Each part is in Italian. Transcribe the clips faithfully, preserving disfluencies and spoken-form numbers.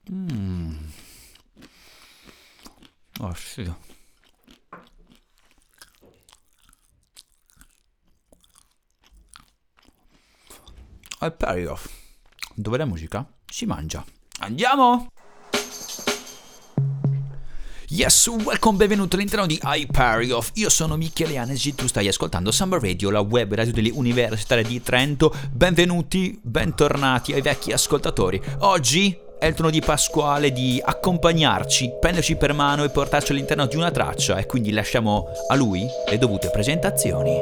Mm. Oh sì. Hyperion, dove la musica si mangia. Andiamo! Yes, welcome, benvenuto all'interno di Hyperion. Io sono Michele Anesi, tu stai ascoltando Samba Radio, la web radio dell'Università di Trento. Benvenuti, bentornati ai vecchi ascoltatori. Oggi è il turno di Pasquale di accompagnarci, prenderci per mano e portarci all'interno di una traccia, e quindi lasciamo a lui le dovute presentazioni.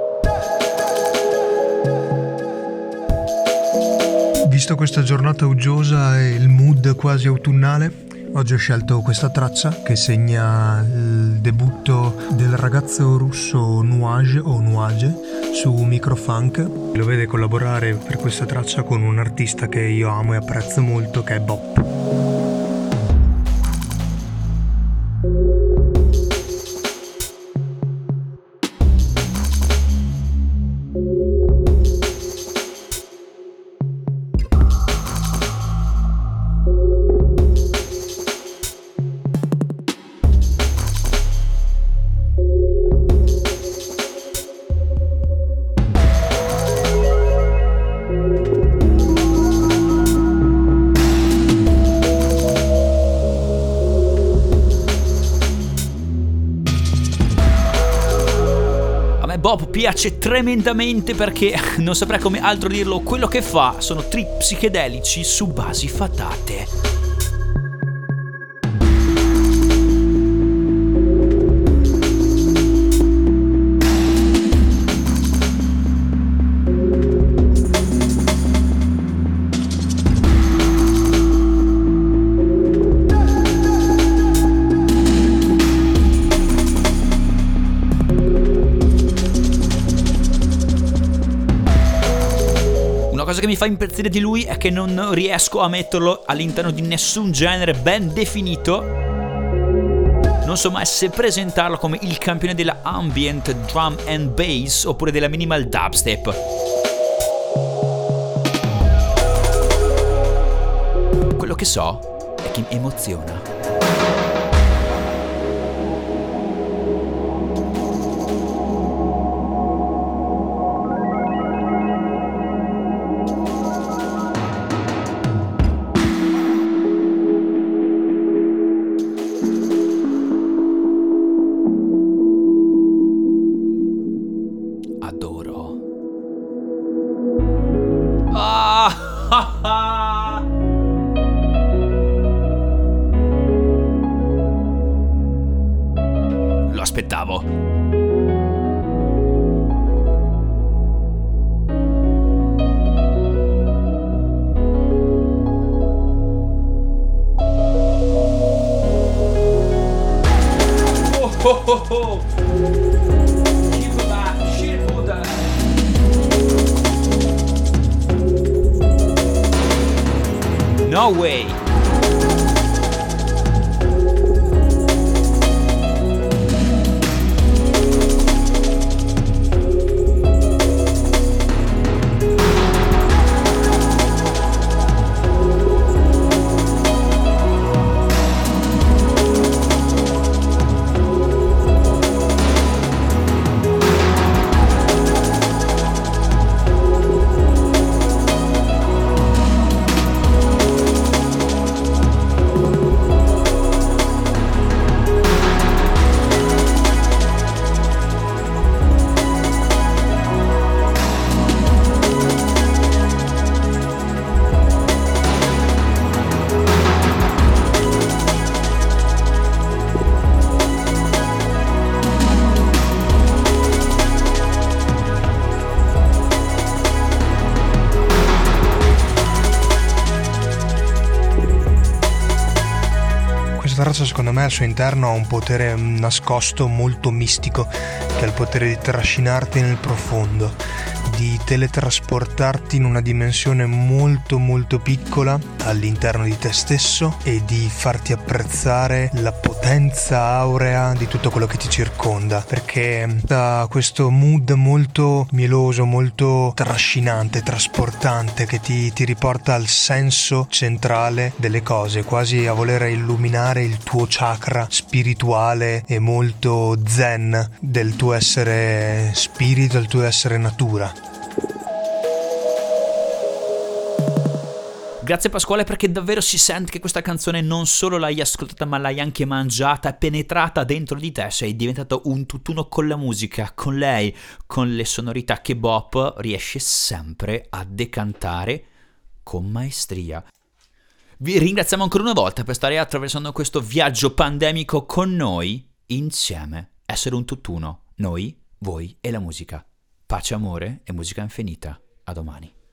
Visto questa giornata uggiosa e il mood quasi autunnale, oggi ho scelto questa traccia che segna il debutto del ragazzo russo Nuage o Nuage su Microfunk. Lo vede collaborare per questa traccia con un artista che io amo e apprezzo molto, che è Bop. Bob piace tremendamente perché, non saprei come altro dirlo, quello che fa sono trip psichedelici su basi fatate. La cosa che mi fa impazzire di lui è che non riesco a metterlo all'interno di nessun genere ben definito. Non so mai se presentarlo come il campione della ambient drum and bass oppure della minimal dubstep. Quello che so è che mi emoziona. Lo aspettavo. Oh oh oh oh. No way! Questa traccia secondo me al suo interno ha un potere nascosto molto mistico, che è il potere di trascinarti nel profondo, di teletrasportarti in una dimensione molto molto piccola all'interno di te stesso e di farti apprezzare la potenza aurea di tutto quello che ti circonda, perché da questo mood molto mieloso, molto trascinante, trasportante, che ti, ti riporta al senso centrale delle cose, quasi a voler illuminare il tuo chakra spirituale e molto zen del tuo essere spirito, del tuo essere natura. Grazie Pasquale, perché davvero si sente che questa canzone non solo l'hai ascoltata ma l'hai anche mangiata, penetrata dentro di te, sei diventato un tutt'uno con la musica, con lei, con le sonorità che Bob riesce sempre a decantare con maestria. Vi ringraziamo ancora una volta per stare attraversando questo viaggio pandemico con noi, insieme, essere un tutt'uno, noi, voi e la musica. Pace, amore e musica infinita. A domani.